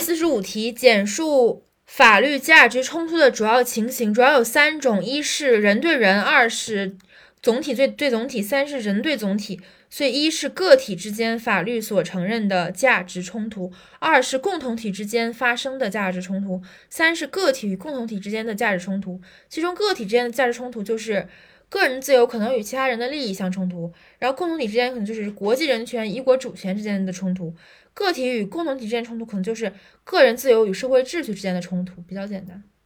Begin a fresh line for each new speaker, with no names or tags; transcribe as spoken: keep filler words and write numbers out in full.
四十五题，简述法律价值冲突的主要情形，主要有三种：一是人对人，二是总体对对总体，三是人对总体。所以一是个体之间法律所承认的价值冲突，二是共同体之间发生的价值冲突，三是个体与共同体之间的价值冲突。其中个体之间的价值冲突就是个人自由可能与其他人的利益相冲突，然后共同体之间可能就是国际人权、一国主权之间的冲突。个体与共同体之间冲突可能就是个人自由与社会秩序之间的冲突，比较简单。